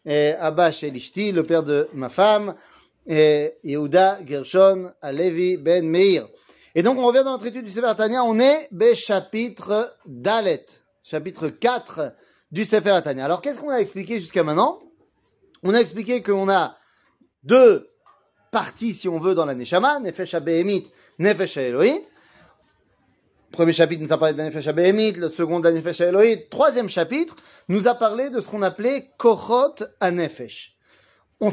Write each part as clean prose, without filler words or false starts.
Abba Shel Ishti, le père de ma femme, Yehuda Gershon Alevi Ben Meir. Et donc on revient dans notre étude du Sefer Tanya, on est chapitre Dalet, chapitre 4 du Sefer Tanya. Alors qu'est-ce qu'on a expliqué jusqu'à maintenant? On a expliqué qu'on a deux parties, si on veut, dans la Neshama, Nefesh HaBehemit, Nefesh HaElohit. Premier chapitre nous a parlé de la Nefesh HaBehemit, le second de la Nefesh HaElohit. Troisième chapitre nous a parlé de ce qu'on appelait Kochot HaNefesh. On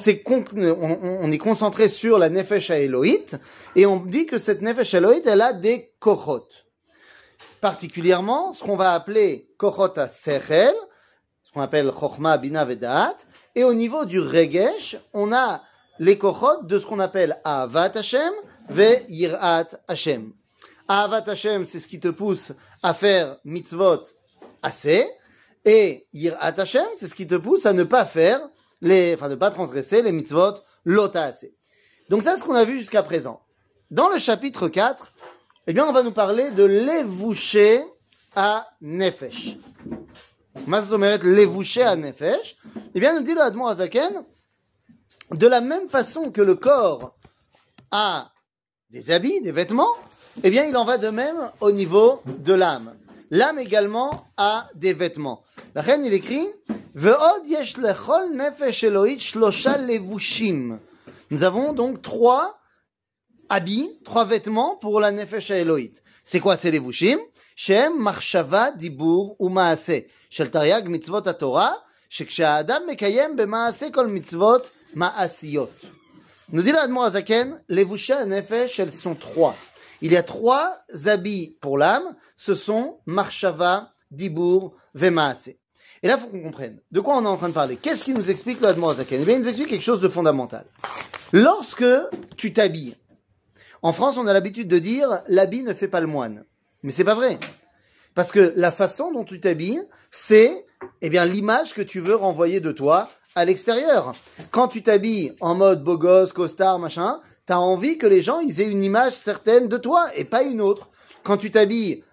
est concentré sur la Nefesh HaElohit et on dit que cette Nefesh HaElohit, elle a des Kochot. Particulièrement, ce qu'on va appeler Kochot HaSechel, ce qu'on appelle Chochma, Bina Vedat, et au niveau du Regesh, on a les Kochot de ce qu'on appelle Ahavat Hashem ve Yirat Hashem. Ahavat Hashem, c'est ce qui te pousse à faire mitzvot assez, et Yirat Hashem, c'est ce qui te pousse à ne pas faire ne pas transgresser les mitzvot lota assez. Donc ça, c'est ce qu'on a vu jusqu'à présent. Dans le chapitre 4, eh bien, on va nous parler de levouché à nefesh. Masdomeret levouché à nefesh. Eh bien, nous dit le Admor Hazaken, de la même façon que le corps a des habits, des vêtements, eh bien, il en va de même au niveau de l'âme. L'âme également a des vêtements. La reine, il écrit, Ve'od yesh lechol nefesh Elohit shlosha levushim. Nous avons donc 3 habits, 3 vêtements pour la nefesh Elohit. C'est quoi ces levushim? Shem marshava dibur umaase. Shel taryag mitzvot haTorah, shekshe'adam mekayem bemaase kol mitzvot maasiyot. Nous dit l'Admor Hazaken, levusha nefesh, elles sont 3. Il y a 3 habits pour l'âme, ce sont marshava, dibur, vemaase. Et là, il faut qu'on comprenne. De quoi on est en train de parler? Qu'est-ce qui nous explique le Admor Hazaken? Eh bien, il nous explique quelque chose de fondamental. Lorsque tu t'habilles, en France, on a l'habitude de dire, l'habit ne fait pas le moine. Mais c'est pas vrai. Parce que la façon dont tu t'habilles, c'est, eh bien, l'image que tu veux renvoyer de toi à l'extérieur. Quand tu t'habilles en mode beau gosse, costard, machin, t'as envie que les gens, ils aient une image certaine de toi et pas une autre. Quand tu t'habilles,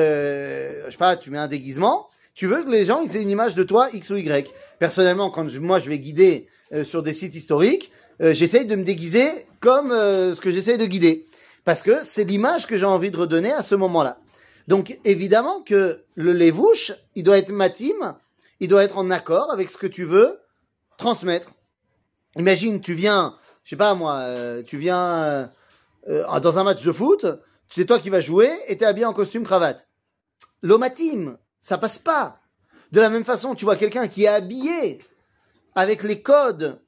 je sais pas, tu mets un déguisement, tu veux que les gens, ils aient une image de toi, X ou Y. Personnellement, quand moi, je vais guider sur des sites historiques, j'essaye de me déguiser comme ce que j'essaye de guider. Parce que c'est l'image que j'ai envie de redonner à ce moment-là. Donc, évidemment que le levouche, il doit être matim, il doit être en accord avec ce que tu veux transmettre. Imagine, tu viens, je sais pas moi, tu viens dans un match de foot, c'est toi qui vas jouer et t'es habillé en costume cravate. L'omatim, ça passe pas. De la même façon, tu vois quelqu'un qui est habillé avec les codes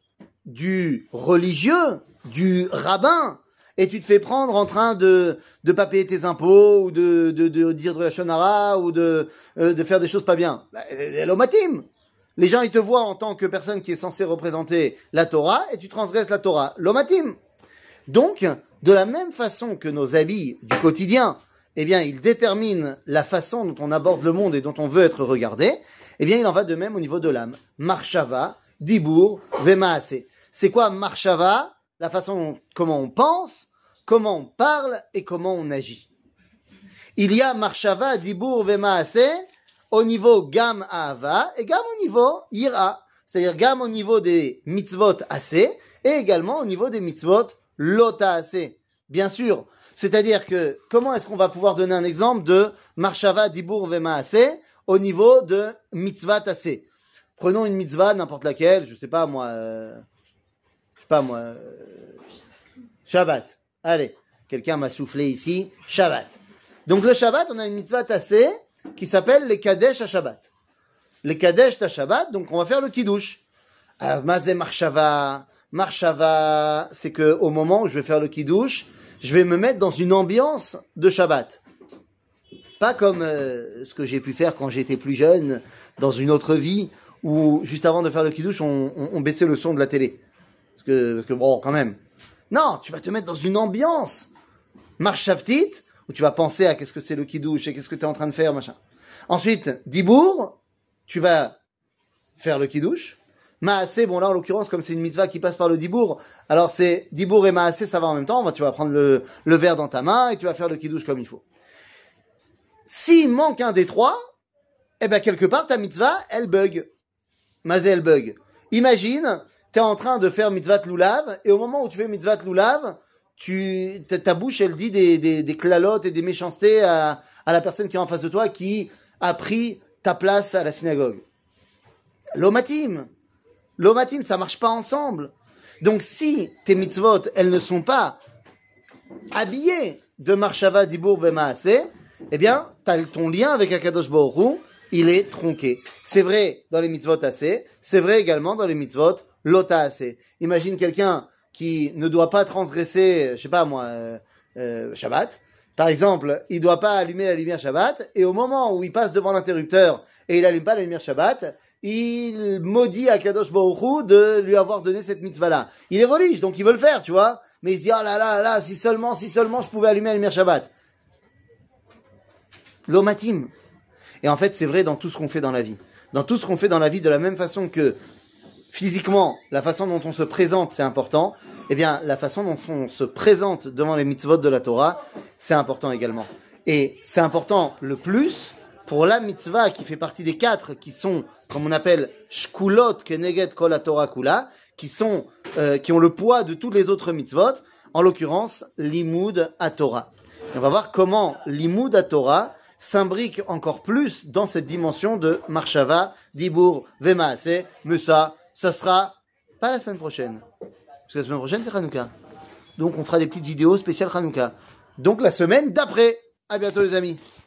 du religieux, du rabbin, et tu te fais prendre en train de pas payer tes impôts, ou de dire de la shonara, ou de faire des choses pas bien. L'omatim. Les gens, ils te voient en tant que personne qui est censée représenter la Torah, et tu transgresses la Torah. L'omatim. Donc, de la même façon que nos habits du quotidien, eh bien, ils déterminent la façon dont on aborde le monde et dont on veut être regardé, eh bien, il en va de même au niveau de l'âme. Marshava, dibur, vemaase. C'est quoi marshava? La façon comment on pense, comment on parle et comment on agit. Il y a marshava, dibur, vemaase au niveau gam ahava et gam au niveau yira. C'est-à-dire gam au niveau des mitzvot assez et également au niveau des mitzvot lota assez. Bien sûr. C'est-à-dire que, comment est-ce qu'on va pouvoir donner un exemple de marshava, dibur, vemaase au niveau de mitzvah assez? Prenons une mitzvah, n'importe laquelle, je sais pas moi, Shabbat. Allez, quelqu'un m'a soufflé ici, Shabbat. Donc le Shabbat, on a une mitzvah tassée qui s'appelle les Kadesh à Shabbat. Les Kadesh à Shabbat, donc on va faire le Kiddush. Alors, Mazé Marshava, c'est que au moment où je vais faire le Kiddush, je vais me mettre dans une ambiance de Shabbat. Pas comme ce que j'ai pu faire quand j'étais plus jeune, dans une autre vie, où juste avant de faire le Kiddush, on baissait le son de la télé. Parce que bon, quand même. Non, tu vas te mettre dans une ambiance marshavtit, où tu vas penser à qu'est-ce que c'est le Kiddush et qu'est-ce que tu es en train de faire, machin. Ensuite, Dibour, tu vas faire le Kiddush. Maasé, bon là en l'occurrence, comme c'est une mitzvah qui passe par le Dibour, alors c'est Dibour et Maasé, ça va en même temps. Tu vas prendre le verre dans ta main et tu vas faire le Kiddush comme il faut. S'il manque un des trois, eh ben quelque part ta mitzvah, elle bug. Mazé, elle bug. Imagine, tu es en train de faire mitzvah loulav, et au moment où tu fais mitzvah loulav, ta bouche, elle dit des clalotes et des méchancetés à la personne qui est en face de toi, qui a pris ta place à la synagogue. L'omatim, ça marche pas ensemble. Donc si tes mitzvot, elles ne sont pas habillées de marshava, dibur, vemaaseh, eh bien, ton lien avec Akadosh Baruch Hu, il est tronqué. C'est vrai dans les mitzvot assez, c'est vrai également dans les mitzvot lota assez. Imagine quelqu'un qui ne doit pas transgresser, je sais pas moi, Shabbat. Par exemple, il doit pas allumer la lumière Shabbat, et au moment où il passe devant l'interrupteur et il allume pas la lumière Shabbat, il maudit Akadosh Baruch Hu de lui avoir donné cette mitzvah-là. Il est religieux, donc il veut le faire, tu vois. Mais il se dit, oh là là là, si seulement je pouvais allumer la lumière Shabbat. L'omatim. Et en fait, c'est vrai dans tout ce qu'on fait dans la vie. Dans tout ce qu'on fait dans la vie, de la même façon que physiquement, la façon dont on se présente, c'est important, eh bien, la façon dont on se présente devant les mitzvot de la Torah, c'est important également. Et c'est important le plus pour la mitzvah qui fait partie des 4, qui sont, comme on appelle, shkulot keneged kol haTorah kula, qui ont le poids de tous les autres mitzvot, en l'occurrence, limud haTorah. On va voir comment limud haTorah s'imbrique encore plus dans cette dimension de marshava, dibur, vemaaseh, mais ça sera pas la semaine prochaine. Parce que la semaine prochaine, c'est Hanouka. Donc, on fera des petites vidéos spéciales Hanouka. Donc, la semaine d'après. À bientôt, les amis.